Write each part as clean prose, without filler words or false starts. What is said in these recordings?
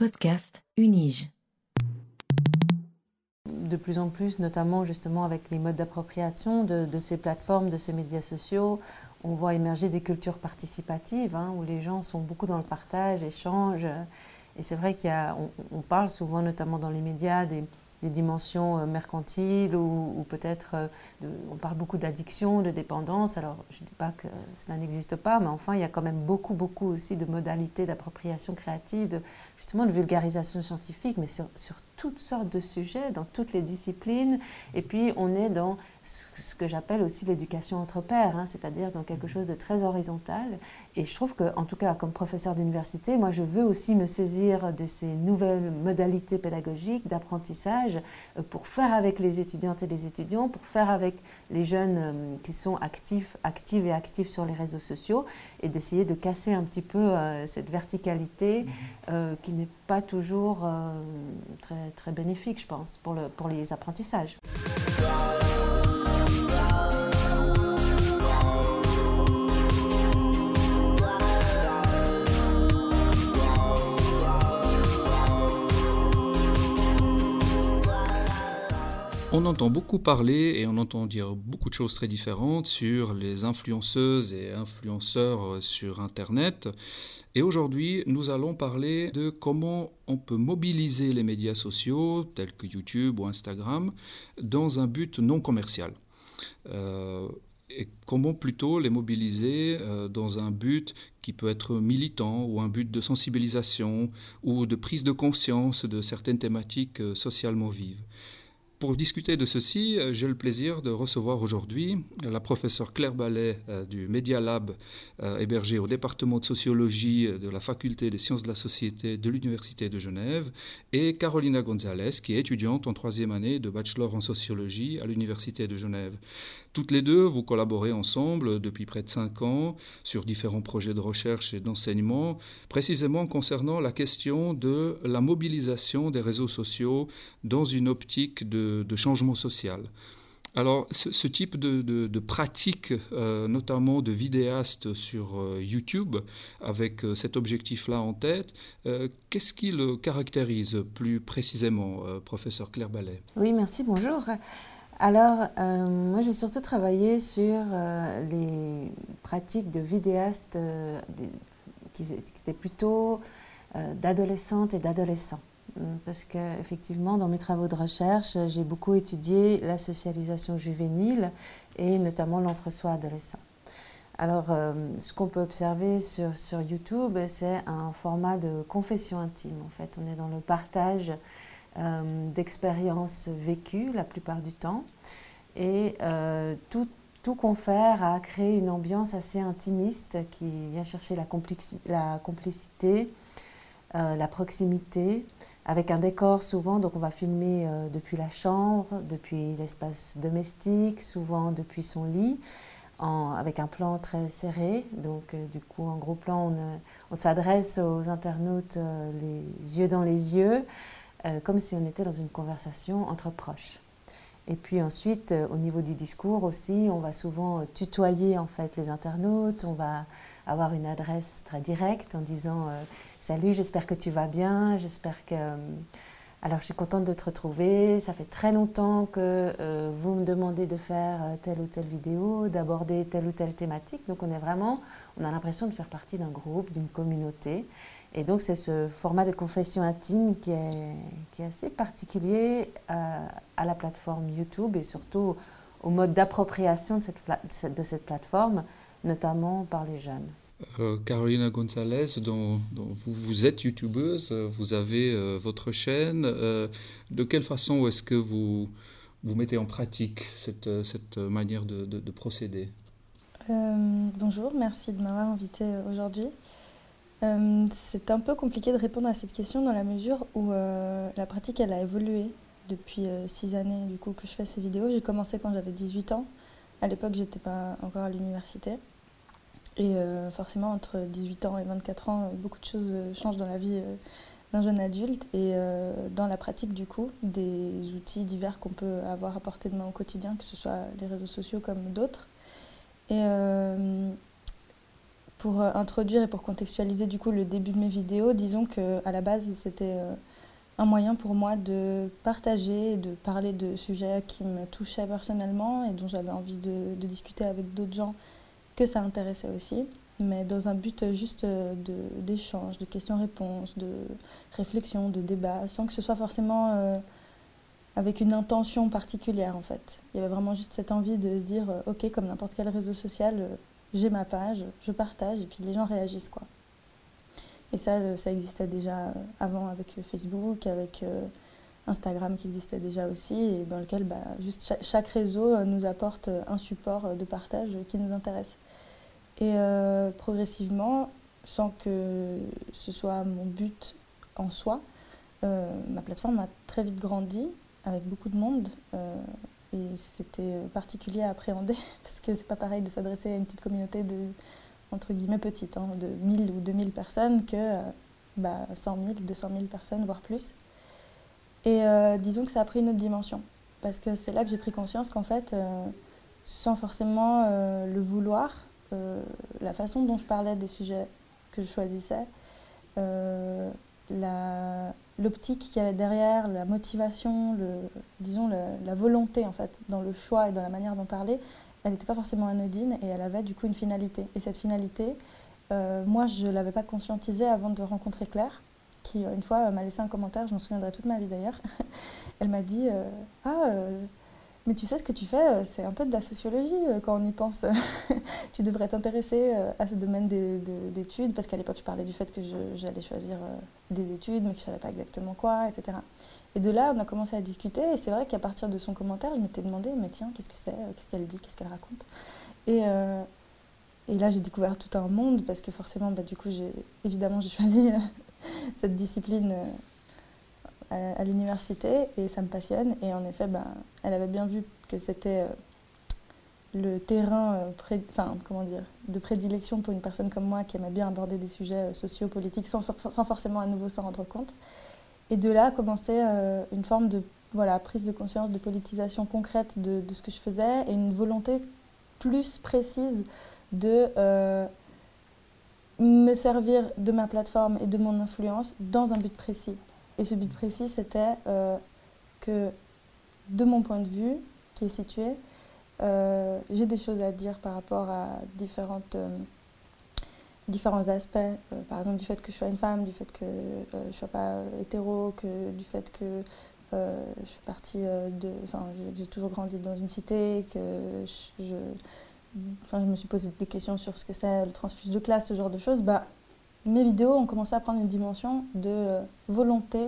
Podcast Unige. De plus en plus, notamment justement avec les modes d'appropriation de ces plateformes, de ces médias sociaux, on voit émerger des cultures participatives où les gens sont beaucoup dans le partage, échangent. Et c'est vrai on parle souvent, notamment dans les médias, des dimensions mercantiles ou peut-être on parle beaucoup d'addiction, de dépendance. Alors je ne dis pas que cela n'existe pas, mais enfin il y a quand même beaucoup aussi de modalités d'appropriation créative, justement de vulgarisation scientifique, mais sur toutes sortes de sujets, dans toutes les disciplines. Et puis on est dans ce que j'appelle aussi l'éducation entre pairs, c'est-à-dire dans quelque chose de très horizontal. Et je trouve qu'en tout cas, comme professeur d'université, moi je veux aussi me saisir de ces nouvelles modalités pédagogiques, d'apprentissage, pour faire avec les étudiantes et les étudiants, pour faire avec les jeunes qui sont actives et actifs sur les réseaux sociaux, et d'essayer de casser un petit peu cette verticalité qui n'est pas toujours très bénéfique, je pense, pour les apprentissages. On entend beaucoup parler et on entend dire beaucoup de choses très différentes sur les influenceuses et influenceurs sur Internet. Et aujourd'hui, nous allons parler de comment on peut mobiliser les médias sociaux, tels que YouTube ou Instagram, dans un but non commercial. Et comment plutôt les mobiliser dans un but qui peut être militant ou un but de sensibilisation ou de prise de conscience de certaines thématiques socialement vives. Pour discuter de ceci, j'ai le plaisir de recevoir aujourd'hui la professeure Claire Ballet du Media Lab hébergé au département de sociologie de la faculté des sciences de la société de l'Université de Genève et Carolina Gonzalez qui est étudiante en troisième année de bachelor en sociologie à l'Université de Genève. Toutes les deux, vous collaborez ensemble depuis près de 5 ans sur différents projets de recherche et d'enseignement, précisément concernant la question de la mobilisation des réseaux sociaux dans une optique de changement social. Alors, ce type de pratique, notamment de vidéastes sur YouTube, avec cet objectif-là en tête, qu'est-ce qui le caractérise plus précisément, professeur Claire Ballet ? Oui, merci, bonjour. Alors, moi j'ai surtout travaillé sur les pratiques de vidéastes qui étaient plutôt d'adolescentes et d'adolescents. Parce qu'effectivement, dans mes travaux de recherche, j'ai beaucoup étudié la socialisation juvénile et notamment l'entre-soi adolescent. Alors, ce qu'on peut observer sur YouTube, c'est un format de confession intime. En fait, on est dans le partage d'expériences vécues la plupart du temps et tout confère à créer une ambiance assez intimiste qui vient chercher la complicité, la proximité avec un décor souvent, donc on va filmer depuis la chambre, depuis l'espace domestique, souvent depuis son lit, avec un plan très serré, donc du coup en gros plan on s'adresse aux internautes les yeux dans les yeux, comme si on était dans une conversation entre proches. Et puis ensuite, au niveau du discours aussi, on va souvent tutoyer en fait les internautes, on va avoir une adresse très directe en disant « Salut, j'espère que tu vas bien, j'espère que... Alors je suis contente de te retrouver, ça fait très longtemps que vous me demandez de faire telle ou telle vidéo, d'aborder telle ou telle thématique. » Donc on a l'impression de faire partie d'un groupe, d'une communauté. Et donc c'est ce format de confession intime qui est assez particulier à la plateforme YouTube et surtout au mode d'appropriation de cette plateforme, notamment par les jeunes. Carolina Gonzalez, dont vous êtes youtubeuse, vous avez votre chaîne. De quelle façon est-ce que vous mettez en pratique cette manière de procéder ? Bonjour, merci de m'avoir invitée aujourd'hui. C'est un peu compliqué de répondre à cette question dans la mesure où la pratique elle a évolué depuis 6 années du coup, que je fais ces vidéos. J'ai commencé quand j'avais 18 ans. À l'époque, j'étais pas encore à l'université. Et forcément, entre 18 ans et 24 ans, beaucoup de choses changent dans la vie d'un jeune adulte. Et dans la pratique, du coup, des outils divers qu'on peut avoir à portée de main au quotidien, que ce soit les réseaux sociaux comme d'autres. Et Pour introduire et pour contextualiser du coup le début de mes vidéos, disons qu'à la base c'était un moyen pour moi de partager, de parler de sujets qui me touchaient personnellement et dont j'avais envie de discuter avec d'autres gens que ça intéressait aussi, mais dans un but juste d'échange, de questions-réponses, de réflexion, de débat, sans que ce soit forcément avec une intention particulière en fait. Il y avait vraiment juste cette envie de se dire ok, comme n'importe quel réseau social, j'ai ma page, je partage et puis les gens réagissent quoi. Et ça existait déjà avant avec Facebook, avec Instagram qui existait déjà aussi et dans lequel juste chaque réseau nous apporte un support de partage qui nous intéresse. Et progressivement, sans que ce soit mon but en soi, ma plateforme a très vite grandi avec beaucoup de monde et c'était particulier à appréhender parce que c'est pas pareil de s'adresser à une petite communauté de entre guillemets petite, hein, de 1000 ou 2000 personnes que 100 000, 200 000 personnes, voire plus. Et disons que ça a pris une autre dimension parce que c'est là que j'ai pris conscience qu'en fait, sans forcément le vouloir, la façon dont je parlais des sujets que je choisissais, l'optique qu'il y avait derrière, la motivation, la volonté en fait, dans le choix et dans la manière d'en parler, elle n'était pas forcément anodine et elle avait du coup une finalité. Et cette finalité, moi je ne l'avais pas conscientisée avant de rencontrer Claire, qui une fois m'a laissé un commentaire, je m'en souviendrai toute ma vie d'ailleurs. Elle m'a dit mais tu sais ce que tu fais, c'est un peu de la sociologie quand on y pense. Tu devrais t'intéresser à ce domaine d'études, parce qu'à l'époque je parlais du fait que j'allais choisir des études, mais que je ne savais pas exactement quoi, etc. Et de là, on a commencé à discuter, et c'est vrai qu'à partir de son commentaire, je m'étais demandé, mais tiens, qu'est-ce que c'est, qu'est-ce qu'elle dit, qu'est-ce qu'elle raconte. Et là, j'ai découvert tout un monde, parce que forcément, du coup, j'ai choisi cette discipline à l'université et ça me passionne et en effet elle avait bien vu que c'était le terrain de prédilection pour une personne comme moi qui aimait bien aborder des sujets sociopolitiques sans forcément à nouveau s'en rendre compte. Et de là a commencé une forme de prise de conscience, de politisation concrète de ce que je faisais et une volonté plus précise de me servir de ma plateforme et de mon influence dans un but précis. Et ce but précis, c'était que, de mon point de vue, qui est situé, j'ai des choses à dire par rapport à différents aspects. Par exemple, du fait que je sois une femme, du fait que je ne sois pas hétéro, du fait que je suis partie j'ai toujours grandi dans une cité, que je me suis posé des questions sur ce que c'est le transfuge de classe, ce genre de choses. Mes vidéos ont commencé à prendre une dimension de volonté,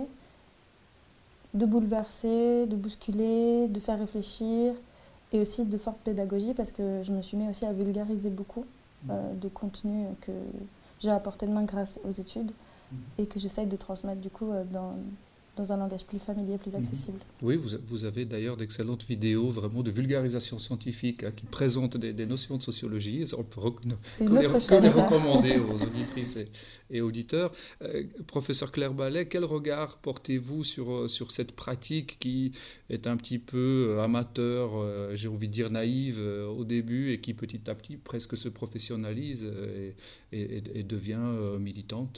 de bouleverser, de bousculer, de faire réfléchir et aussi de forte pédagogie parce que je me suis mis aussi à vulgariser beaucoup de contenu que j'ai à portée de main grâce aux études et que j'essaye de transmettre du coup dans un langage plus familier, plus accessible. Oui, vous avez d'ailleurs d'excellentes vidéos vraiment de vulgarisation scientifique qui présentent des notions de sociologie. On peut les recommander aux auditrices et auditeurs. Professeur Claire Ballet, quel regard portez-vous sur cette pratique qui est un petit peu amateur, j'ai envie de dire naïve au début et qui petit à petit presque se professionnalise et devient militante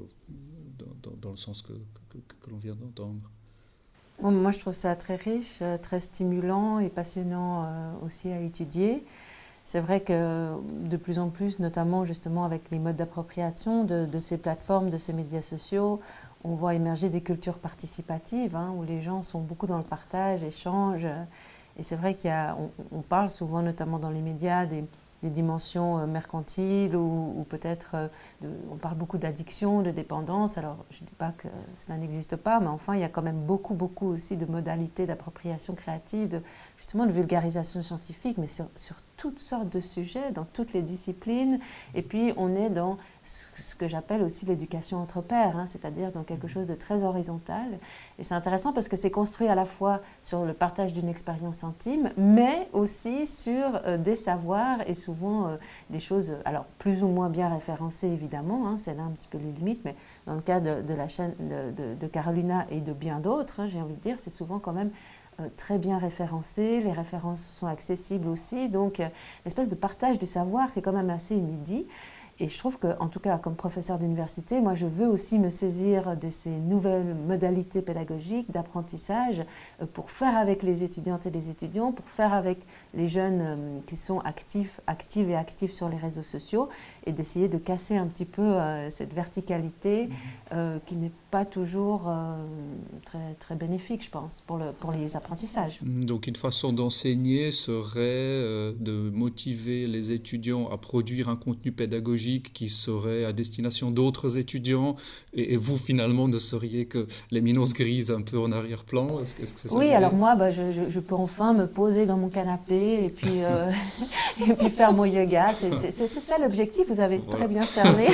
dans le sens que l'on vient d'entendre? Moi, je trouve ça très riche, très stimulant et passionnant aussi à étudier. C'est vrai que de plus en plus, notamment justement avec les modes d'appropriation de ces plateformes, de ces médias sociaux, on voit émerger des cultures participatives où les gens sont beaucoup dans le partage, échangent. Et c'est vrai qu'on parle souvent, notamment dans les médias, des dimensions mercantiles ou peut-être on parle beaucoup d'addiction, de dépendance. Alors je ne dis pas que cela n'existe pas, mais enfin il y a quand même beaucoup aussi de modalités d'appropriation créative, justement de vulgarisation scientifique, mais sur toutes sortes de sujets, dans toutes les disciplines. Et puis on est dans ce que j'appelle aussi l'éducation entre pairs, c'est-à-dire dans quelque chose de très horizontal. Et c'est intéressant parce que c'est construit à la fois sur le partage d'une expérience intime, mais aussi sur des savoirs et souvent des choses, alors plus ou moins bien référencées évidemment, c'est là un petit peu les limites, mais dans le cas de la chaîne de Carolina et de bien d'autres, j'ai envie de dire, c'est souvent quand même très bien référencé, les références sont accessibles aussi, donc une espèce de partage du savoir qui est quand même assez inédit. Et je trouve qu'en tout cas, comme professeur d'université, moi, je veux aussi me saisir de ces nouvelles modalités pédagogiques d'apprentissage pour faire avec les étudiantes et les étudiants, pour faire avec les jeunes qui sont actifs et actifs sur les réseaux sociaux et d'essayer de casser un petit peu cette verticalité qui n'est pas toujours très, très bénéfique, je pense, pour les apprentissages. Donc une façon d'enseigner serait de motiver les étudiants à produire un contenu pédagogique qui serait à destination d'autres étudiants et vous finalement ne seriez que les minos grises un peu en arrière-plan. Est-ce que c'est ça? Oui, alors moi je peux enfin me poser dans mon canapé et puis, et puis faire mon yoga. C'est ça l'objectif, vous avez très bien cerné.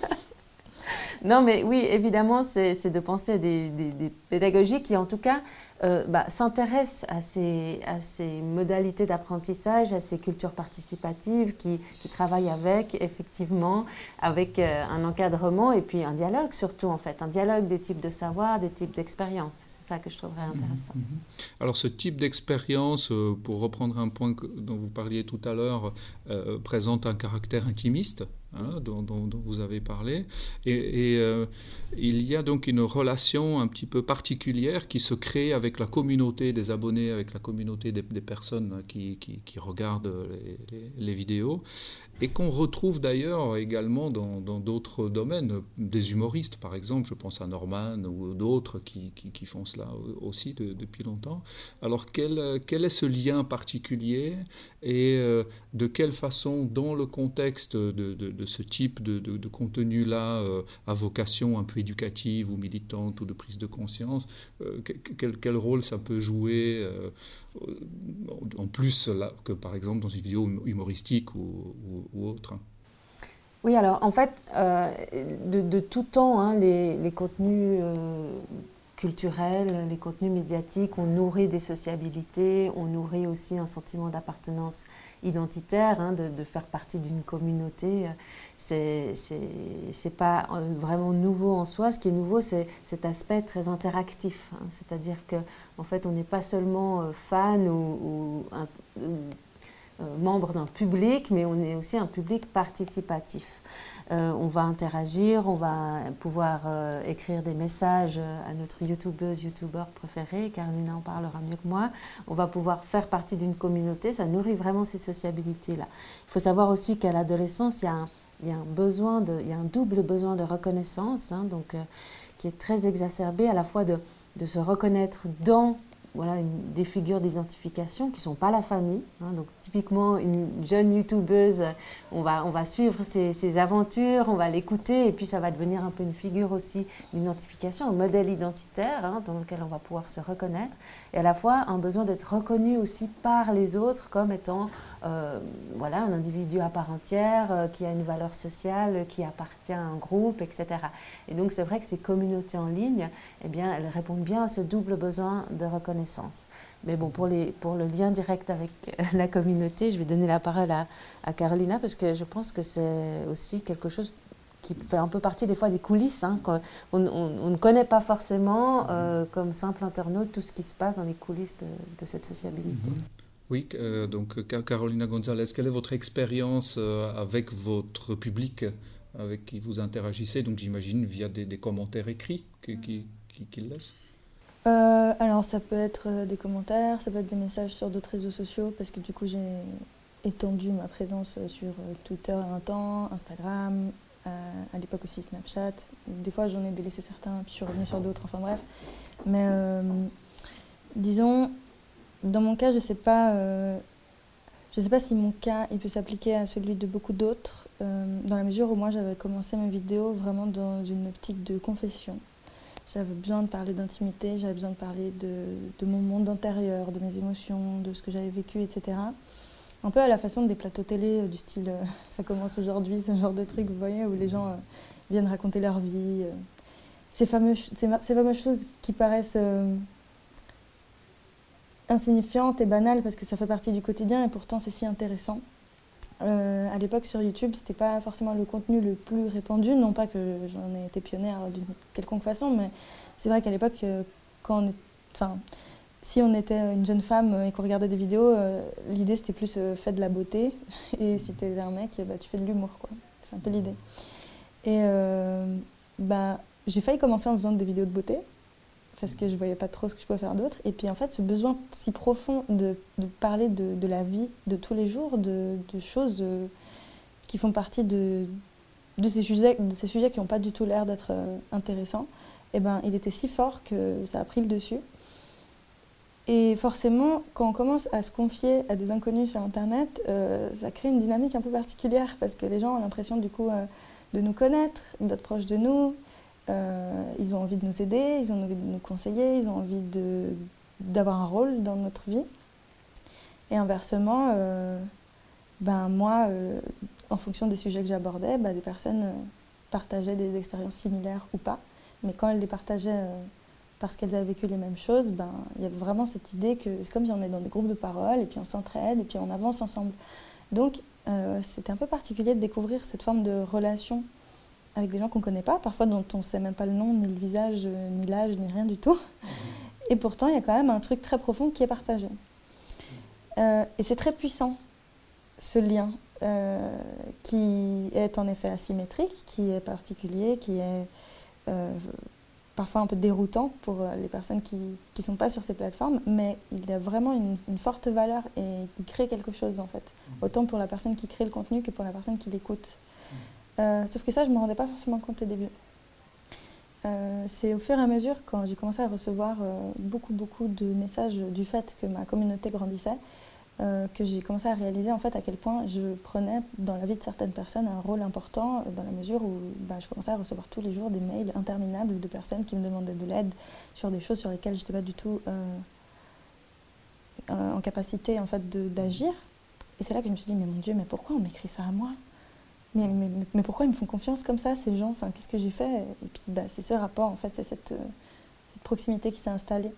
Non, mais oui, évidemment, c'est de penser à des pédagogies qui, en tout cas, s'intéressent à ces modalités d'apprentissage, à ces cultures participatives, qui travaillent effectivement, avec un encadrement et puis un dialogue surtout, en fait, un dialogue des types de savoir, des types d'expériences. C'est ça que je trouverais intéressant. Alors, ce type d'expérience, pour reprendre un point dont vous parliez tout à l'heure, présente un caractère intimiste. Dont vous avez parlé. Et il y a donc une relation un petit peu particulière qui se crée avec la communauté des abonnés, avec la communauté des personnes qui regardent les vidéos, et qu'on retrouve d'ailleurs également dans d'autres domaines, des humoristes par exemple, je pense à Norman ou d'autres qui font cela aussi depuis longtemps. Alors quel est ce lien particulier et de quelle façon, dans le contexte de ce type de contenu-là, à vocation un peu éducative ou militante ou de prise de conscience, quel rôle ça peut jouer en plus là, que par exemple dans une vidéo humoristique ou autre? Oui, alors en fait, de tout temps, les contenus culturels, les contenus médiatiques ont nourri des sociabilités, ont nourri aussi un sentiment d'appartenance identitaire, de faire partie d'une communauté. C'est pas vraiment nouveau en soi. Ce qui est nouveau, c'est cet aspect très interactif. C'est-à-dire qu'en fait, on n'est pas seulement fan ou membre d'un public, mais on est aussi un public participatif. On va interagir, on va pouvoir écrire des messages à notre youtubeur préféré, Carolina en parlera mieux que moi. On va pouvoir faire partie d'une communauté, ça nourrit vraiment ces sociabilités-là. Il faut savoir aussi qu'à l'adolescence, il y a un double besoin de reconnaissance, qui est très exacerbé, à la fois de se reconnaître dans des figures d'identification qui ne sont pas la famille. Donc typiquement une jeune youtubeuse, on va suivre ses aventures, on va l'écouter et puis ça va devenir un peu une figure aussi d'identification, un modèle identitaire dans lequel on va pouvoir se reconnaître, et à la fois un besoin d'être reconnu aussi par les autres comme étant un individu à part entière, qui a une valeur sociale, qui appartient à un groupe, etc. Et donc c'est vrai que ces communautés en ligne, elles répondent bien à ce double besoin de reconnaissance. Mais bon, pour le lien direct avec la communauté, je vais donner la parole à Carolina, parce que je pense que c'est aussi quelque chose qui fait un peu partie des fois des coulisses, qu'on on ne connaît pas forcément comme simple internaute tout ce qui se passe dans les coulisses de cette sociabilité. Oui, donc Carolina Gonzalez, quelle est votre expérience avec votre public avec qui vous interagissez, donc j'imagine via des commentaires écrits qu'ils laissent? Alors ça peut être des commentaires, ça peut être des messages sur d'autres réseaux sociaux, parce que du coup j'ai étendu ma présence sur Twitter un temps, Instagram, à l'époque aussi Snapchat. Des fois j'en ai délaissé certains, puis je suis revenue sur d'autres, enfin bref. Mais disons, dans mon cas, je sais pas si mon cas il peut s'appliquer à celui de beaucoup d'autres, dans la mesure où moi j'avais commencé mes vidéos vraiment dans une optique de confession. J'avais besoin de parler d'intimité, j'avais besoin de parler de mon monde intérieur, de mes émotions, de ce que j'avais vécu, etc. Un peu à la façon des plateaux télé, du style ça commence aujourd'hui, ce genre de truc, vous voyez, où les gens viennent raconter leur vie. Ces fameuses choses qui paraissent insignifiantes et banales parce que ça fait partie du quotidien et pourtant c'est si intéressant. À l'époque sur YouTube, c'était pas forcément le contenu le plus répandu, non pas que j'en ai été pionnière d'une quelconque façon, mais c'est vrai qu'à l'époque, si on était une jeune femme et qu'on regardait des vidéos, l'idée c'était plus fais de la beauté, et si t'es un mec, tu fais de l'humour, quoi. c'est un peu l'idée. Et j'ai failli commencer en faisant des vidéos de beauté, parce que je ne voyais pas trop ce que je pouvais faire d'autre. Et puis en fait, ce besoin si profond de parler de la vie de tous les jours, de choses qui font partie de ces sujets qui n'ont pas du tout l'air d'être intéressants, il était si fort que ça a pris le dessus. Et forcément, quand on commence à se confier à des inconnus sur Internet, ça crée une dynamique un peu particulière, parce que les gens ont l'impression du coup de nous connaître, d'être proches de nous. Ils ont envie de nous aider, ils ont envie de nous conseiller, ils ont envie d'avoir un rôle dans notre vie. Et inversement, moi, en fonction des sujets que j'abordais, des personnes partageaient des expériences similaires ou pas. Mais quand elles les partageaient parce qu'elles avaient vécu les mêmes choses, il y avait vraiment cette idée que c'est comme si on est dans des groupes de parole, et puis on s'entraide, et puis on avance ensemble. Donc, c'était un peu particulier de découvrir cette forme de relation avec des gens qu'on ne connaît pas, parfois dont on ne sait même pas le nom, ni le visage, ni l'âge, ni rien du tout. Et pourtant, il y a quand même un truc très profond qui est partagé. Et c'est très puissant, ce lien, qui est en effet asymétrique, qui est particulier, qui est parfois un peu déroutant pour les personnes qui ne sont pas sur ces plateformes, mais il a vraiment une forte valeur et il crée quelque chose en fait, autant pour la personne qui crée le contenu que pour la personne qui l'écoute. Sauf que ça, je ne me rendais pas forcément compte au début. C'est au fur et à mesure, quand j'ai commencé à recevoir beaucoup de messages du fait que ma communauté grandissait, que j'ai commencé à réaliser en fait à quel point je prenais dans la vie de certaines personnes un rôle important, dans la mesure où je commençais à recevoir tous les jours des mails interminables de personnes qui me demandaient de l'aide sur des choses sur lesquelles je n'étais pas du tout en capacité en fait d'agir. Et c'est là que je me suis dit, mais mon Dieu, mais pourquoi on m'écrit ça à moi ? Mais pourquoi ils me font confiance comme ça, ces gens ? Enfin, qu'est-ce que j'ai fait ? Et puis c'est ce rapport, en fait, c'est cette proximité qui s'est installée.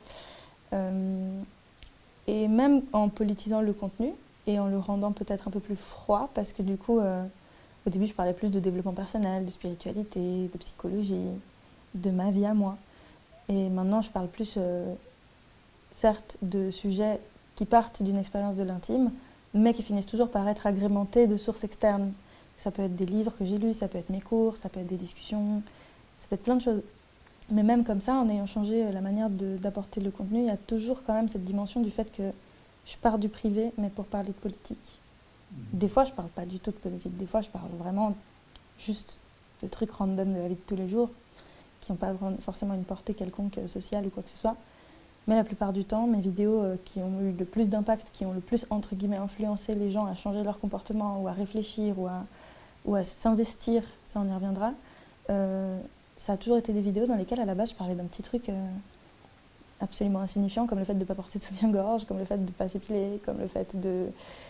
Et même en politisant le contenu et en le rendant peut-être un peu plus froid, parce que du coup, au début, je parlais plus de développement personnel, de spiritualité, de psychologie, de ma vie à moi. Et maintenant, je parle plus, certes, de sujets qui partent d'une expérience de l'intime, mais qui finissent toujours par être agrémentés de sources externes. Ça peut être des livres que j'ai lus, ça peut être mes cours, ça peut être des discussions, ça peut être plein de choses. Mais même comme ça, en ayant changé la manière d'apporter le contenu, il y a toujours quand même cette dimension du fait que je pars du privé, mais pour parler de politique. Des fois, je ne parle pas du tout de politique. Des fois, je parle vraiment juste de trucs random de la vie de tous les jours, qui n'ont pas forcément une portée quelconque sociale ou quoi que ce soit. Mais la plupart du temps, mes vidéos qui ont eu le plus d'impact, qui ont le plus, entre guillemets, influencé les gens à changer leur comportement ou à réfléchir ou à s'investir, ça on y reviendra, ça a toujours été des vidéos dans lesquelles, à la base, je parlais d'un petit truc absolument insignifiant, comme le fait de ne pas porter de soutien-gorge, comme le fait de ne pas s'épiler, comme le fait de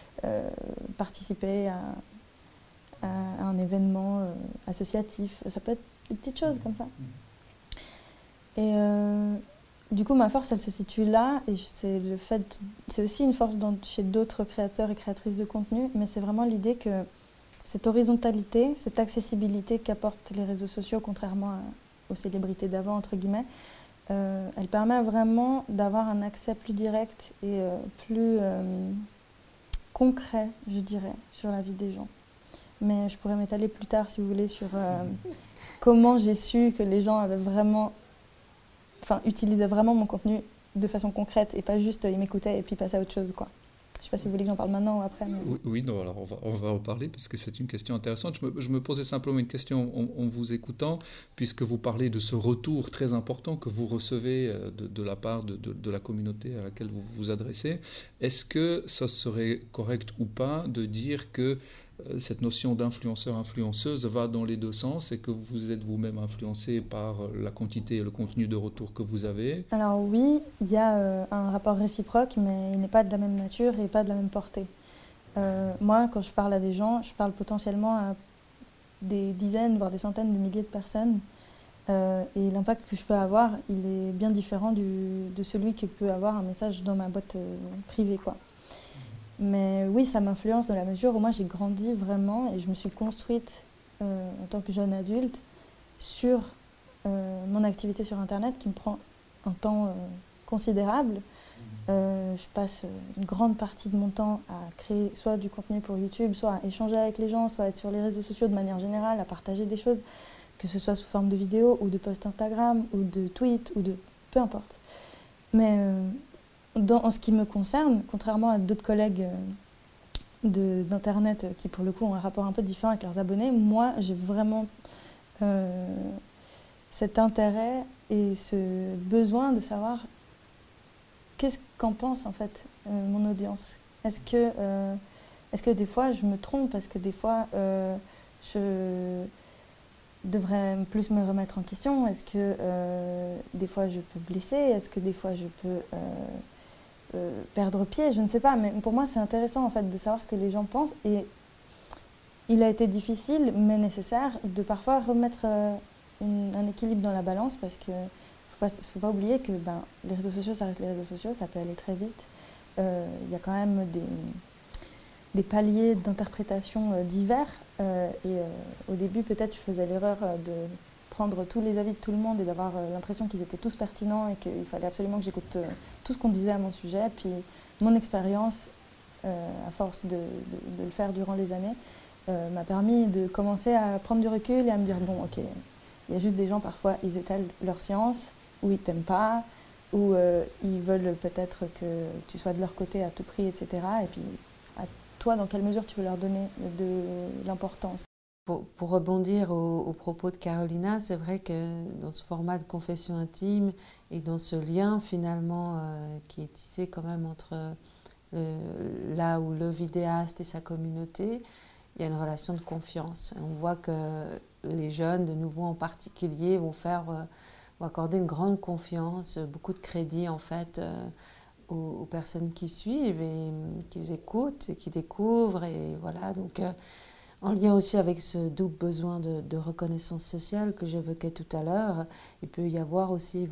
participer à un événement associatif. Ça peut être des petites choses comme ça. Et du coup, ma force, elle se situe là, et c'est aussi une force chez d'autres créateurs et créatrices de contenu, mais c'est vraiment l'idée que cette horizontalité, cette accessibilité qu'apportent les réseaux sociaux, contrairement aux célébrités d'avant, entre guillemets, elle permet vraiment d'avoir un accès plus direct et plus concret, je dirais, sur la vie des gens. Mais je pourrais m'étaler plus tard, si vous voulez, sur comment j'ai su que les gens avaient vraiment, utilisaient vraiment mon contenu de façon concrète et pas juste ils m'écoutaient et puis passaient à autre chose, quoi. Je ne sais pas si vous voulez que j'en parle maintenant ou après. Mais... Oui, non, alors on va en parler parce que c'est une question intéressante. Je me posais simplement une question en vous écoutant, puisque vous parlez de ce retour très important que vous recevez de la part de la communauté à laquelle vous vous adressez. Est-ce que ça serait correct ou pas de dire que cette notion d'influenceur-influenceuse va dans les deux sens et que vous êtes vous-même influencé par la quantité et le contenu de retour que vous avez ? Alors oui, il y a un rapport réciproque, mais il n'est pas de la même nature et pas de la même portée. Moi, quand je parle à des gens, je parle potentiellement à des dizaines, voire des centaines de milliers de personnes. Et l'impact que je peux avoir, il est bien différent de celui que peut avoir un message dans ma boîte privée, quoi. Mais oui, ça m'influence dans la mesure où moi j'ai grandi vraiment et je me suis construite en tant que jeune adulte sur mon activité sur Internet qui me prend un temps considérable. Je passe une grande partie de mon temps à créer soit du contenu pour YouTube, soit à échanger avec les gens, soit à être sur les réseaux sociaux de manière générale, à partager des choses, que ce soit sous forme de vidéos ou de posts Instagram ou de tweets ou de... peu importe. Mais en ce qui me concerne, contrairement à d'autres collègues d'Internet qui pour le coup ont un rapport un peu différent avec leurs abonnés, moi j'ai vraiment cet intérêt et ce besoin de savoir qu'est-ce qu'en pense en fait mon audience. Est-ce que des fois je me trompe, parce que des fois je devrais plus me remettre en question, est-ce que des fois je peux blesser, est-ce que des fois je peux perdre pied, je ne sais pas, mais pour moi c'est intéressant en fait de savoir ce que les gens pensent, et il a été difficile mais nécessaire de parfois remettre un équilibre dans la balance, parce que faut pas oublier que les réseaux sociaux, ça reste les réseaux sociaux, ça peut aller très vite. Il y a quand même des paliers d'interprétation divers. Au début, peut-être, je faisais l'erreur de prendre tous les avis de tout le monde et d'avoir l'impression qu'ils étaient tous pertinents et qu'il fallait absolument que j'écoute tout ce qu'on disait à mon sujet. Puis mon expérience, à force de le faire durant les années, m'a permis de commencer à prendre du recul et à me dire, bon, ok, il y a juste des gens, parfois, ils étalent leur science, ou ils t'aiment pas, ou ils veulent peut-être que tu sois de leur côté à tout prix, etc. Et puis, à toi, dans quelle mesure tu veux leur donner de l'importance. Pour rebondir aux propos de Carolina, c'est vrai que dans ce format de confession intime et dans ce lien finalement qui est tissé quand même entre là où le vidéaste et sa communauté, il y a une relation de confiance. On voit que les jeunes, de nouveau en particulier, vont accorder une grande confiance, beaucoup de crédit en fait aux personnes qui suivent et qui écoutent et qui découvrent. Et voilà, donc en lien aussi avec ce double besoin de reconnaissance sociale que j'évoquais tout à l'heure, il peut y avoir aussi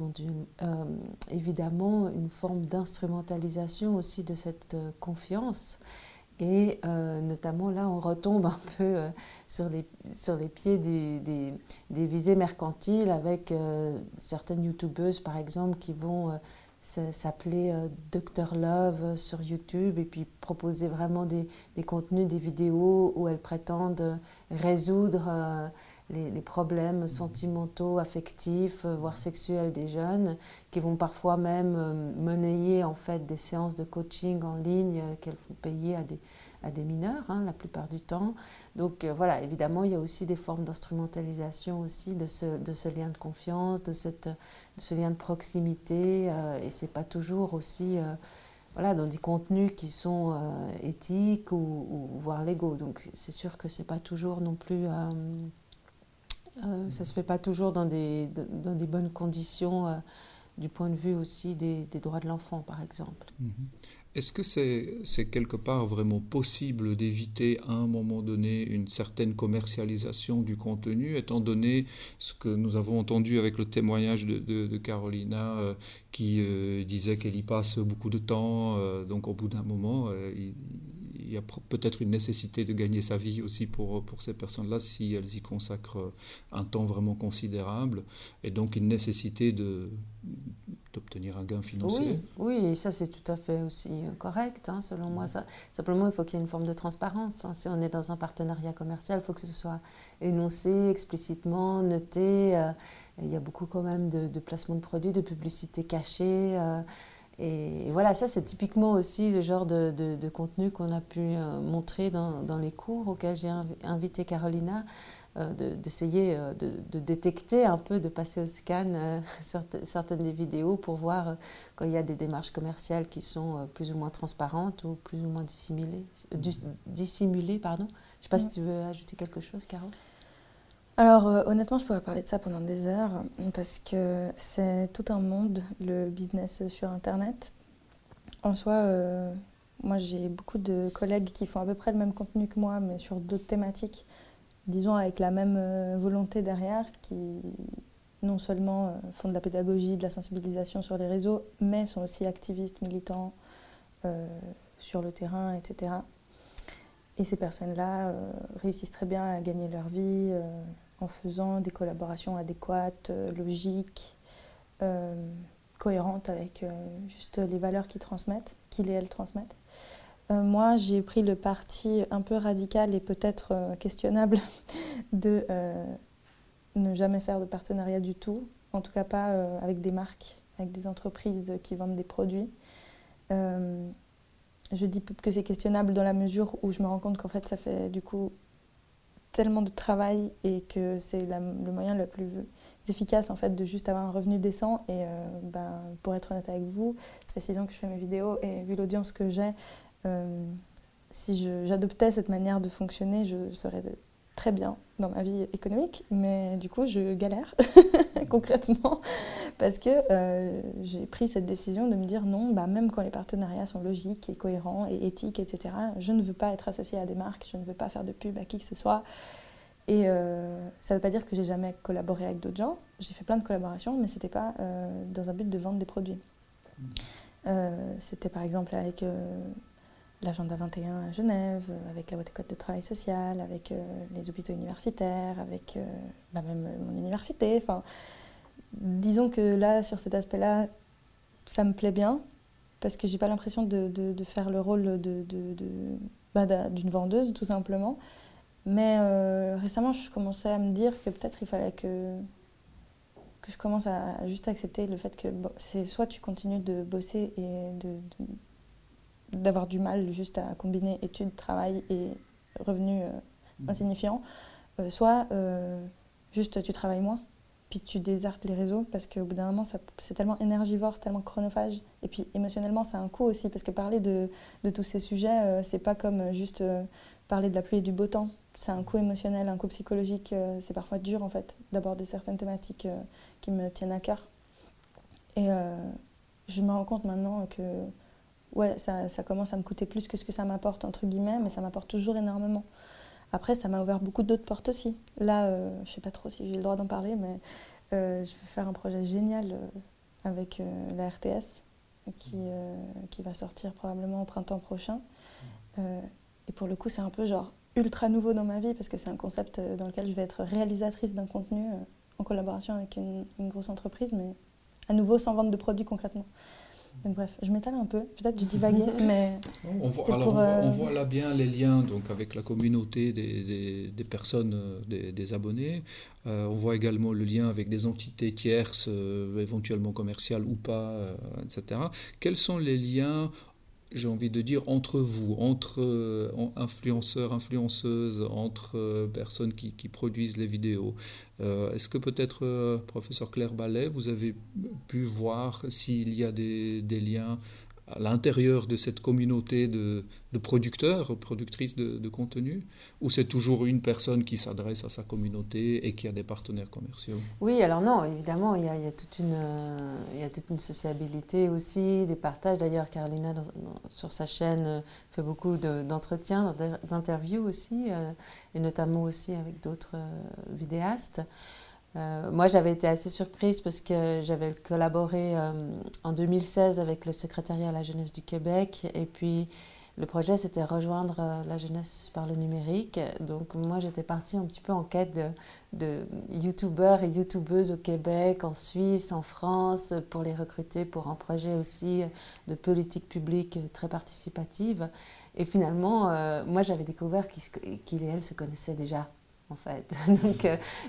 évidemment une forme d'instrumentalisation aussi de cette confiance. Et notamment là, on retombe un peu sur les pieds des visées mercantiles avec certaines youtubeuses, par exemple, qui vont s'appeler Dr Love sur YouTube et puis proposer vraiment des contenus, des vidéos où elles prétendent résoudre les problèmes sentimentaux, affectifs, voire sexuels des jeunes, qui vont parfois même monnayer en fait des séances de coaching en ligne qu'elles font payer à des mineurs, la plupart du temps. Donc voilà, évidemment, il y a aussi des formes d'instrumentalisation aussi de ce lien de confiance, de ce lien de proximité, et c'est pas toujours aussi voilà, dans des contenus qui sont éthiques ou voire légaux. Donc c'est sûr que c'est pas toujours non plus ça se fait pas toujours dans des bonnes conditions du point de vue aussi des droits de l'enfant, par exemple. Est-ce que c'est quelque part vraiment possible d'éviter à un moment donné une certaine commercialisation du contenu, étant donné ce que nous avons entendu avec le témoignage de Carolina qui disait qu'elle y passe beaucoup de temps, donc au bout d'un moment, il y a peut-être une nécessité de gagner sa vie aussi pour ces personnes-là si elles y consacrent un temps vraiment considérable, et donc une nécessité d'obtenir un gain financier. Oui, ça c'est tout à fait aussi correct, selon moi. Ça. Simplement, il faut qu'il y ait une forme de transparence. Si on est dans un partenariat commercial, il faut que ce soit énoncé explicitement, noté. Il y a beaucoup quand même de placements de produits, de publicité cachée. Et voilà, ça c'est typiquement aussi le genre de contenu qu'on a pu montrer dans les cours auxquels j'ai invité Carolina, d'essayer de détecter un peu, de passer au scan certaines des vidéos pour voir quand il y a des démarches commerciales qui sont plus ou moins transparentes ou plus ou moins dissimulées. Pardon. Je ne sais pas si tu veux ajouter quelque chose, Caro. Alors honnêtement, je pourrais parler de ça pendant des heures parce que c'est tout un monde, le business sur Internet. En soi, moi j'ai beaucoup de collègues qui font à peu près le même contenu que moi, mais sur d'autres thématiques, disons avec la même volonté derrière, qui non seulement font de la pédagogie, de la sensibilisation sur les réseaux, mais sont aussi activistes, militants sur le terrain, etc. Et ces personnes-là réussissent très bien à gagner leur vie en faisant des collaborations adéquates, logiques, cohérente avec juste les valeurs qu'ils et elles transmettent. Moi, j'ai pris le parti un peu radical et peut-être questionnable de ne jamais faire de partenariat du tout, en tout cas pas avec des marques, avec des entreprises qui vendent des produits. Je dis que c'est questionnable dans la mesure où je me rends compte qu'en fait ça fait du coup tellement de travail et que c'est le moyen le plus efficace en fait de juste avoir un revenu décent. Et pour être honnête avec vous, ça fait 6 ans que je fais mes vidéos et vu l'audience que j'ai, si j'adoptais cette manière de fonctionner, je serais très bien dans ma vie économique, mais du coup je galère concrètement parce que j'ai pris cette décision de me dire non, même quand les partenariats sont logiques et cohérents et éthiques, etc., je ne veux pas être associée à des marques, je ne veux pas faire de pub à qui que ce soit. Et ça ne veut pas dire que j'ai jamais collaboré avec d'autres gens, j'ai fait plein de collaborations, mais c'était pas dans un but de vendre des produits. C'était par exemple avec l'Agenda 21 à Genève, avec la Boîte école de travail social, avec les hôpitaux universitaires, avec même mon université. Enfin, disons que là, sur cet aspect-là, ça me plaît bien, parce que j'ai pas l'impression de faire le rôle d'une vendeuse, tout simplement. Mais récemment, je commençais à me dire que peut-être il fallait que je commence à juste accepter le fait que c'est soit tu continues de bosser et d'avoir du mal juste à combiner études, travail et revenus insignifiants, soit juste tu travailles moins, puis tu désartes les réseaux, parce qu'au bout d'un moment, c'est tellement énergivore, c'est tellement chronophage, et puis émotionnellement, ça a un coût aussi, parce que parler de tous ces sujets, c'est pas comme juste parler de la pluie et du beau temps. C'est un coût émotionnel, un coût psychologique, c'est parfois dur en fait, d'aborder certaines thématiques qui me tiennent à cœur. Et je me rends compte maintenant que ouais, ça commence à me coûter plus que ce que ça m'apporte, entre guillemets, mais ça m'apporte toujours énormément. Après, ça m'a ouvert beaucoup d'autres portes aussi. Là, je ne sais pas trop si j'ai le droit d'en parler, mais je vais faire un projet génial avec la RTS qui va sortir probablement au printemps prochain. Et pour le coup, c'est un peu genre ultra nouveau dans ma vie parce que c'est un concept dans lequel je vais être réalisatrice d'un contenu en collaboration avec une grosse entreprise, mais à nouveau sans vente de produits concrètement. Donc bref, je m'étale un peu, peut-être je divaguais, mais on voit là bien les liens donc, avec la communauté des personnes, des abonnés. On voit également le lien avec des entités tierces, éventuellement commerciales ou pas, etc. Quels sont les liens, j'ai envie de dire, entre vous, entre influenceurs, influenceuses, entre personnes qui produisent les vidéos? Est-ce que peut-être, professeur Claire Ballet, vous avez pu voir s'il y a des liens à l'intérieur de cette communauté de producteurs, productrices de contenu, ou c'est toujours une personne qui s'adresse à sa communauté et qui a des partenaires commerciaux? Oui, alors non, évidemment, il y a toute une sociabilité aussi, des partages. D'ailleurs, Carolina, sur sa chaîne, fait beaucoup d'entretiens, d'interviews aussi, et notamment aussi avec d'autres vidéastes. Moi, j'avais été assez surprise parce que j'avais collaboré en 2016 avec le secrétariat à la jeunesse du Québec. Et puis, le projet, c'était rejoindre la jeunesse par le numérique. Donc, moi, j'étais partie un petit peu en quête de youtubeurs et youtubeuses au Québec, en Suisse, en France, pour les recruter pour un projet aussi de politique publique très participative. Et finalement, moi, j'avais découvert qu'ils et elles se connaissaient déjà. En fait. Donc,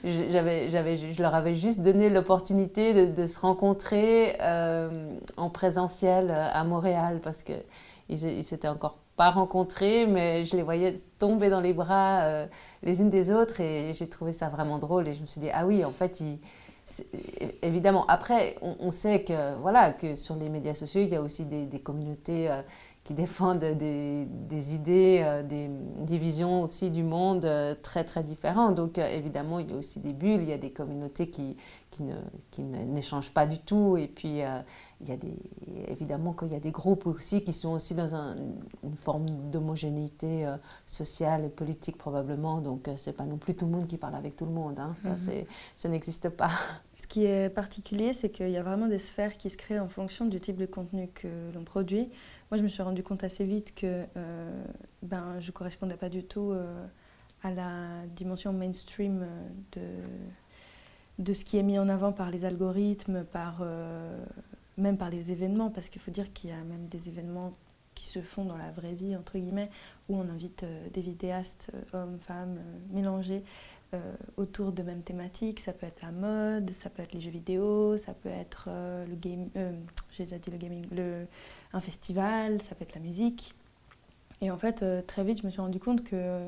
je leur avais juste donné l'opportunité de se rencontrer en présentiel à Montréal parce qu'ils s'étaient encore pas rencontrés, mais je les voyais tomber dans les bras les unes des autres et j'ai trouvé ça vraiment drôle et je me suis dit, ah oui, en fait, évidemment, après, on sait que, voilà, que sur les médias sociaux, il y a aussi des communautés qui défendent des idées, des visions aussi du monde très très différentes. Donc évidemment, il y a aussi des bulles, il y a des communautés qui n'échangent pas du tout. Et puis il y a évidemment qu'il y a des groupes aussi qui sont aussi dans une forme d'homogénéité sociale et politique probablement. Donc c'est pas non plus tout le monde qui parle avec tout le monde. Hein. Ça n'existe pas. Ce qui est particulier, c'est qu'il y a vraiment des sphères qui se créent en fonction du type de contenu que l'on produit. Moi, je me suis rendu compte assez vite que je ne correspondais pas du tout à la dimension mainstream de ce qui est mis en avant par les algorithmes, par même par les événements, parce qu'il faut dire qu'il y a même des événements qui se font dans la vraie vie, entre guillemets, où on invite des vidéastes, hommes, femmes, mélangés, autour de mêmes thématiques. Ça peut être la mode, ça peut être les jeux vidéo, ça peut être le game, j'ai déjà dit le gaming, un festival, ça peut être la musique. Et en fait, très vite, je me suis rendu compte que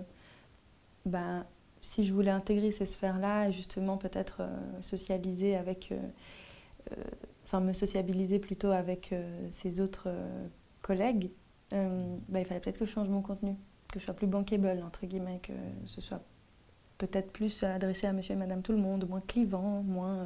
si je voulais intégrer ces sphères-là et justement peut-être socialiser avec, me sociabiliser plutôt avec ces autres collègues, il fallait peut-être que je change mon contenu, que je sois plus bankable, entre guillemets, que ce soit peut-être plus adressé à monsieur et madame tout le monde, moins clivant, moins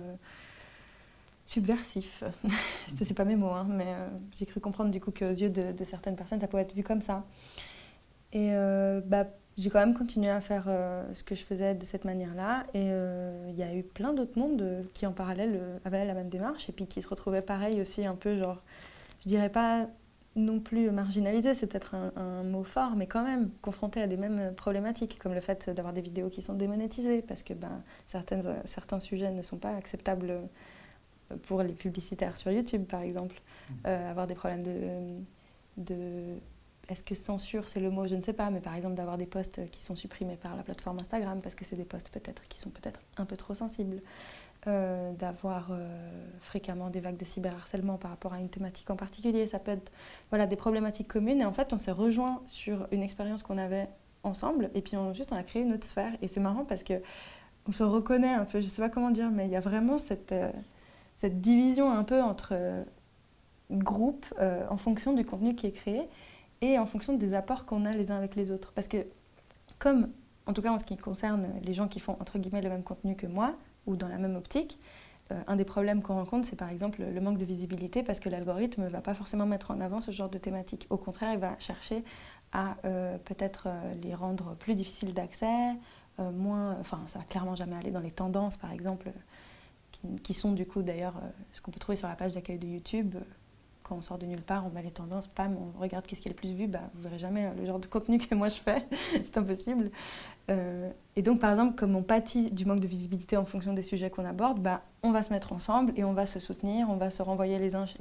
subversif. C'est pas mes mots, hein, mais j'ai cru comprendre du coup qu'aux yeux de certaines personnes, ça pouvait être vu comme ça. Et j'ai quand même continué à faire ce que je faisais de cette manière-là. Et il y a eu plein d'autres mondes qui, en parallèle, avaient la même démarche et puis qui se retrouvaient pareil aussi, un peu genre, je dirais pas non plus marginalisés, c'est peut-être un mot fort, mais quand même confrontés à des mêmes problématiques, comme le fait d'avoir des vidéos qui sont démonétisées, parce que certains sujets ne sont pas acceptables pour les publicitaires sur YouTube, par exemple. Avoir des problèmes de est-ce que censure, c'est le mot? Je ne sais pas, mais par exemple d'avoir des posts qui sont supprimés par la plateforme Instagram parce que c'est des posts qui sont peut-être un peu trop sensibles, d'avoir fréquemment des vagues de cyberharcèlement par rapport à une thématique en particulier. Ça peut être des problématiques communes et en fait on s'est rejoints sur une expérience qu'on avait ensemble et puis on a créé une autre sphère et c'est marrant parce qu'on se reconnaît un peu, je ne sais pas comment dire, mais il y a vraiment cette division un peu entre groupes en fonction du contenu qui est créé et en fonction des apports qu'on a les uns avec les autres. Parce que comme, en tout cas en ce qui concerne les gens qui font entre guillemets le même contenu que moi, ou dans la même optique, un des problèmes qu'on rencontre, c'est par exemple le manque de visibilité parce que l'algorithme ne va pas forcément mettre en avant ce genre de thématique. Au contraire, il va chercher à peut-être les rendre plus difficiles d'accès, ça va clairement jamais aller dans les tendances par exemple, qui sont du coup d'ailleurs ce qu'on peut trouver sur la page d'accueil de YouTube. Quand on sort de nulle part, on met les tendances, pam, on regarde qu'est-ce qui est le plus vu, vous verrez jamais le genre de contenu que moi je fais, c'est impossible. Et donc par exemple, comme on pâtit du manque de visibilité en fonction des sujets qu'on aborde, on va se mettre ensemble et on va se soutenir, on va se renvoyer les uns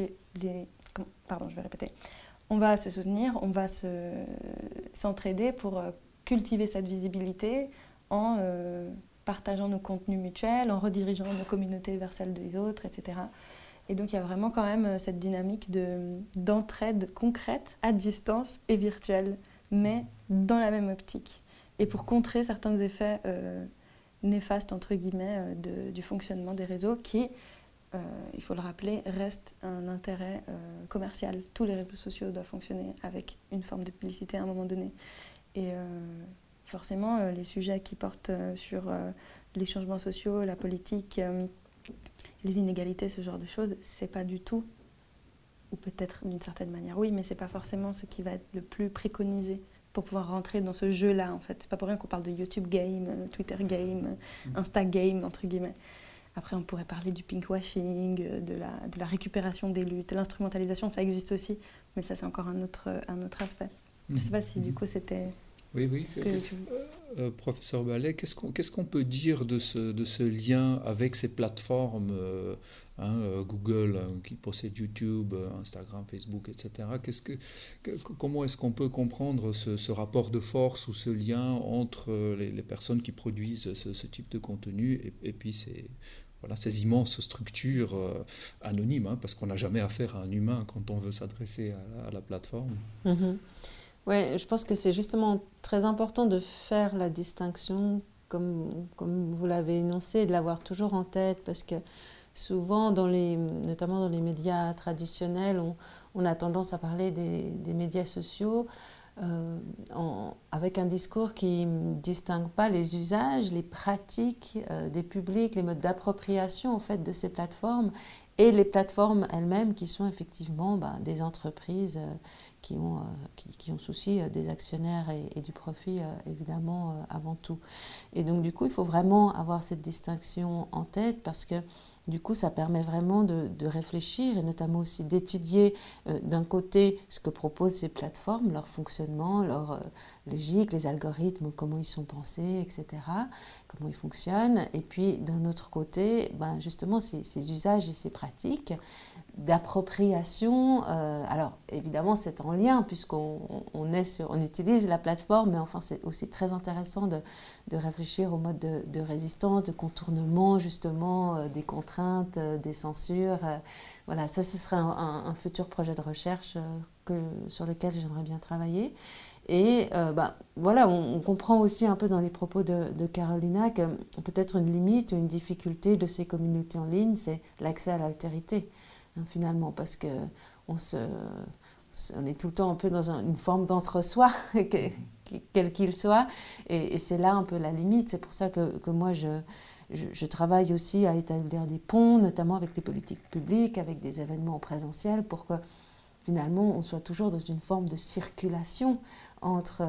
on va se soutenir, on va s'entraider pour cultiver cette visibilité en partageant nos contenus mutuels, en redirigeant nos communautés vers celles des autres, etc. Et donc il y a vraiment quand même cette dynamique d'entraide concrète à distance et virtuelle, mais dans la même optique. Et pour contrer certains effets néfastes, entre guillemets, du fonctionnement des réseaux qui, il faut le rappeler, restent un intérêt commercial. Tous les réseaux sociaux doivent fonctionner avec une forme de publicité à un moment donné. Et forcément, les sujets qui portent sur les changements sociaux, la politique, les inégalités, ce genre de choses, c'est pas du tout, ou peut-être d'une certaine manière oui, mais c'est pas forcément ce qui va être le plus préconisé pour pouvoir rentrer dans ce jeu-là, en fait. C'est pas pour rien qu'on parle de YouTube game, Twitter game, Insta game, entre guillemets. Après, on pourrait parler du pinkwashing, de la récupération des luttes, l'instrumentalisation, ça existe aussi, mais ça, c'est encore un autre aspect. Je sais pas si, du coup, c'était... Oui. Professeur Ballet, qu'est-ce qu'on peut dire de ce lien avec ces plateformes, Google qui possède YouTube, Instagram, Facebook, etc. Comment est-ce qu'on peut comprendre ce rapport de force ou ce lien entre les personnes qui produisent ce type de contenu et puis ces immenses structures anonymes, parce qu'on n'a jamais affaire à un humain quand on veut s'adresser à la plateforme. Mm-hmm. Oui, je pense que c'est justement très important de faire la distinction, comme vous l'avez énoncé, de l'avoir toujours en tête, parce que souvent, notamment dans les médias traditionnels, on a tendance à parler des médias sociaux avec un discours qui ne distingue pas les usages, les pratiques des publics, les modes d'appropriation en fait, de ces plateformes, et les plateformes elles-mêmes qui sont effectivement des entreprises qui ont souci des actionnaires et du profit, évidemment, avant tout. Et donc, du coup, il faut vraiment avoir cette distinction en tête parce que, du coup, ça permet vraiment de réfléchir et notamment aussi d'étudier d'un côté ce que proposent ces plateformes, leur fonctionnement, leur logique, les algorithmes, comment ils sont pensés, etc., comment ils fonctionnent. Et puis, d'un autre côté, justement, ces usages et ces pratiques pratique, d'appropriation. Alors évidemment c'est en lien puisqu'on on utilise la plateforme, mais enfin c'est aussi très intéressant de réfléchir au mode de résistance, de contournement justement des contraintes, des censures. Voilà, ça ce serait un futur projet de recherche sur lequel j'aimerais bien travailler. Et voilà, on comprend aussi un peu dans les propos de Carolina que peut-être une limite ou une difficulté de ces communautés en ligne, c'est l'accès à l'altérité, hein, finalement, parce qu'on on est tout le temps un peu dans une forme d'entre-soi, quel qu'il soit, et c'est là un peu la limite. C'est pour ça que moi, je travaille aussi à établir des ponts, notamment avec les politiques publiques, avec des événements en présentiel, pour que finalement on soit toujours dans une forme de circulation entre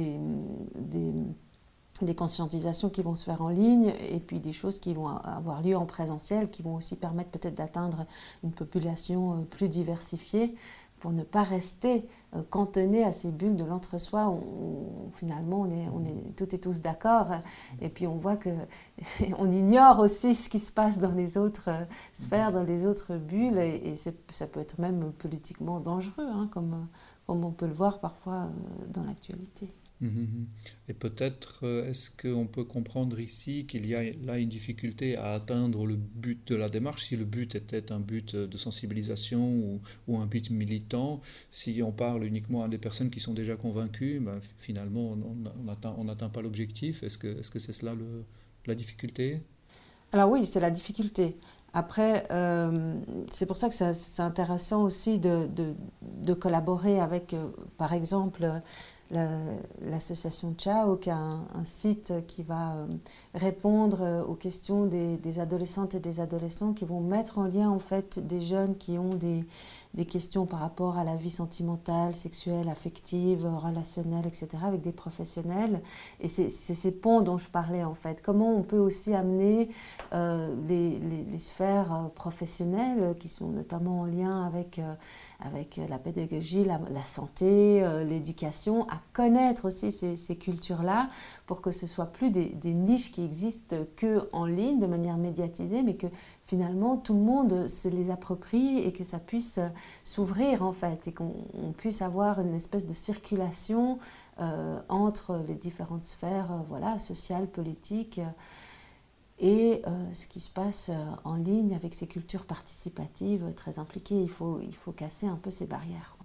des conscientisations qui vont se faire en ligne et puis des choses qui vont avoir lieu en présentiel, qui vont aussi permettre peut-être d'atteindre une population plus diversifiée pour ne pas rester cantonné à ces bulles de l'entre-soi où finalement on est toutes et tous d'accord et puis on voit qu'on ignore aussi ce qui se passe dans les autres sphères, dans les autres bulles et ça peut être même politiquement dangereux, hein, comme on peut le voir parfois dans l'actualité. Et peut-être, est-ce qu'on peut comprendre ici qu'il y a là une difficulté à atteindre le but de la démarche, si le but était un but de sensibilisation ou un but militant, si on parle uniquement à des personnes qui sont déjà convaincues, ben, finalement on n'atteint pas l'objectif. Est-ce que c'est cela la difficulté? Alors oui, c'est la difficulté. Après, c'est pour ça que c'est intéressant aussi de collaborer avec, par exemple, l'association Ciao, qui a un site qui va répondre aux questions des adolescentes et des adolescents, qui vont mettre en lien en fait des jeunes qui ont des questions par rapport à la vie sentimentale, sexuelle, affective, relationnelle, etc., avec des professionnels. Et c'est ces ponts dont je parlais en fait. Comment on peut aussi amener les sphères professionnelles qui sont notamment en lien avec la pédagogie, la santé, l'éducation, à connaître aussi ces cultures-là pour que ce ne soit plus des niches qui existent qu'en ligne de manière médiatisée, mais que finalement tout le monde se les approprie et que ça puisse s'ouvrir en fait et qu'on puisse avoir une espèce de circulation entre les différentes sphères voilà, sociales, politiques et ce qui se passe en ligne avec ces cultures participatives très impliquées. Il faut casser un peu ces barrières.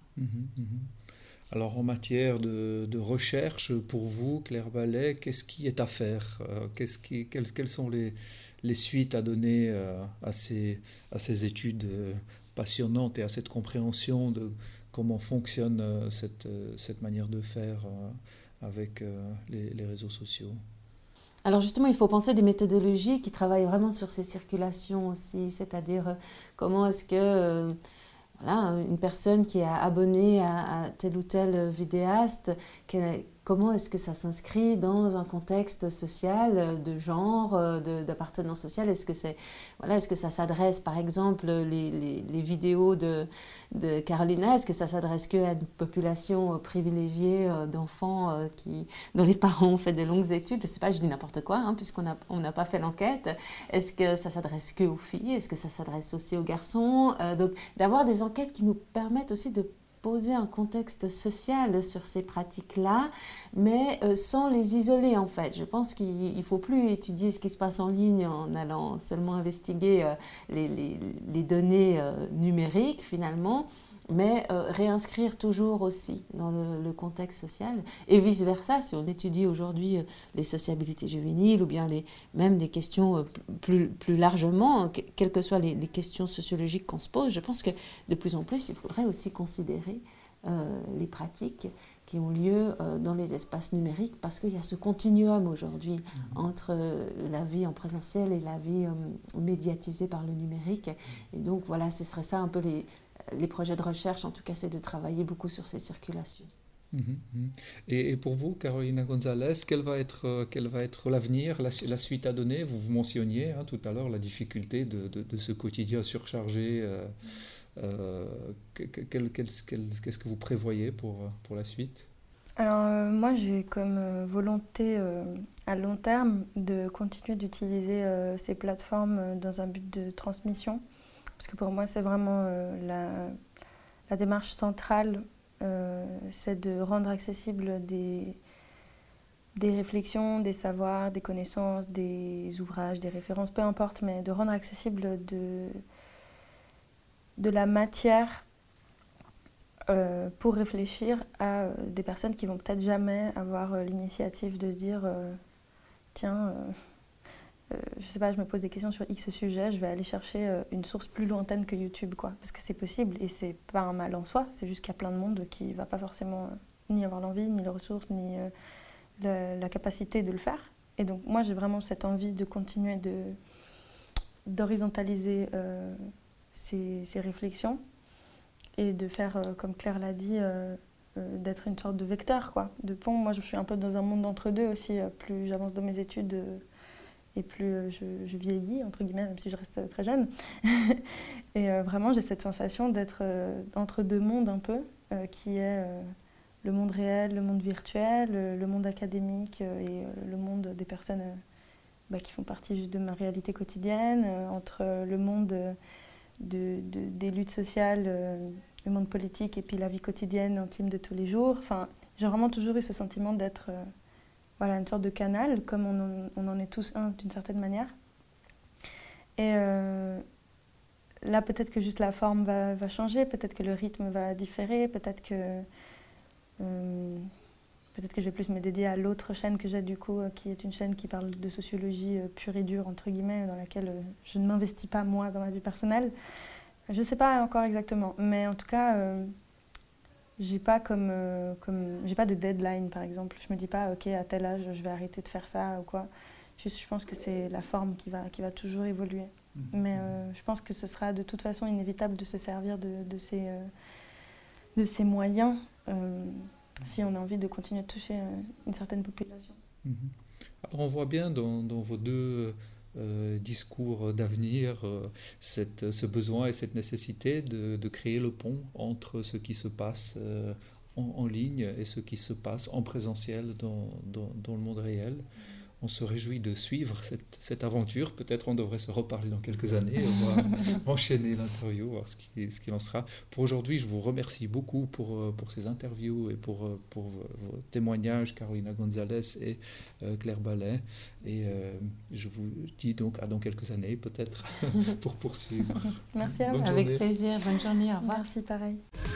Alors en matière de recherche, pour vous, Claire Ballet, qu'est-ce qui est à faire? Quelles sont les suites à donner à ces études passionnantes et à cette compréhension de comment fonctionne cette manière de faire avec les réseaux sociaux? Alors justement, il faut penser des méthodologies qui travaillent vraiment sur ces circulations aussi, c'est-à-dire comment est-ce que voilà, une personne qui est abonnée à tel ou tel vidéaste, comment est-ce que ça s'inscrit dans un contexte social, de genre, d'appartenance sociale? Est-ce que ça s'adresse, par exemple, les vidéos de Carolina, est-ce que ça s'adresse qu'à une population privilégiée d'enfants dont les parents ont fait de longues études? Je ne sais pas, je dis n'importe quoi, hein, puisqu'on n'a pas fait l'enquête. Est-ce que ça s'adresse que aux filles? Est-ce que ça s'adresse aussi aux garçons? Donc, d'avoir des enquêtes qui nous permettent aussi de poser un contexte social sur ces pratiques-là, mais sans les isoler en fait. Je pense qu'il ne faut plus étudier ce qui se passe en ligne en allant seulement investiguer les données numériques finalement, mais réinscrire toujours aussi dans le contexte social et vice-versa. Si on étudie aujourd'hui les sociabilités juvéniles ou bien même des questions plus largement, quelles que soient les questions sociologiques qu'on se pose, je pense que de plus en plus, il faudrait aussi considérer les pratiques qui ont lieu dans les espaces numériques parce qu'il y a ce continuum aujourd'hui entre la vie en présentiel et la vie médiatisée par le numérique. Et donc voilà, ce serait ça un peu les projets de recherche, en tout cas, c'est de travailler beaucoup sur ces circulations. Et pour vous, Carolina González, quel va être l'avenir, la suite à donner? Vous mentionniez tout à l'heure la difficulté de ce quotidien surchargé. Qu'est-ce que vous prévoyez pour la suite? Alors moi j'ai comme volonté à long terme de continuer d'utiliser ces plateformes dans un but de transmission. parce que pour moi, c'est vraiment la démarche centrale, c'est de rendre accessible des réflexions, des savoirs, des connaissances, des ouvrages, des références, peu importe, mais de rendre accessible de la matière pour réfléchir à des personnes qui vont peut-être jamais avoir l'initiative de se dire tiens, je sais pas, je me pose des questions sur X sujet, je vais aller chercher une source plus lointaine que YouTube, quoi. Parce que c'est possible et c'est pas un mal en soi, c'est juste qu'il y a plein de monde qui va pas forcément ni avoir l'envie, ni les ressources, ni la capacité de le faire. Et donc moi j'ai vraiment cette envie de continuer d'horizontaliser ces réflexions et de faire, comme Claire l'a dit, d'être une sorte de vecteur, quoi, de pont. Moi je suis un peu dans un monde d'entre-deux aussi, plus j'avance dans mes études et plus je vieillis, entre guillemets, même si je reste très jeune. Et vraiment j'ai cette sensation d'être entre deux mondes un peu, qui est le monde réel, le monde virtuel, le monde académique et le monde des personnes qui font partie juste de ma réalité quotidienne, entre le monde des luttes sociales, le monde politique et puis la vie quotidienne intime de tous les jours. Enfin, j'ai vraiment toujours eu ce sentiment d'être une sorte de canal, comme on en est tous un d'une certaine manière. Et là, peut-être que juste la forme va changer, peut-être que le rythme va différer, peut-être que je vais plus me dédier à l'autre chaîne que j'ai du coup, qui est une chaîne qui parle de sociologie pure et dure, entre guillemets, dans laquelle je ne m'investis pas moi dans ma vie personnelle. Je ne sais pas encore exactement, mais en tout cas, j'ai pas j'ai pas de deadline par exemple. Je me dis pas ok à tel âge je vais arrêter de faire ça ou quoi. Je pense que c'est la forme qui va toujours évoluer. Mais je pense que ce sera de toute façon inévitable de se servir de ces moyens. Si on a envie de continuer de toucher une certaine population. Alors on voit bien dans vos deux discours d'avenir ce besoin et cette nécessité de créer le pont entre ce qui se passe en ligne et ce qui se passe en présentiel dans le monde réel. On se réjouit de suivre cette aventure. Peut-être on devrait se reparler dans quelques années. On va enchaîner l'interview, voir ce qu'il en sera. Pour aujourd'hui, je vous remercie beaucoup pour ces interviews et pour vos témoignages, Carolina Gonzalez et Claire Ballet. Et je vous dis donc à dans quelques années, peut-être, pour poursuivre. Merci à vous. Avec plaisir. Bonne journée. Au revoir. Merci, pareil.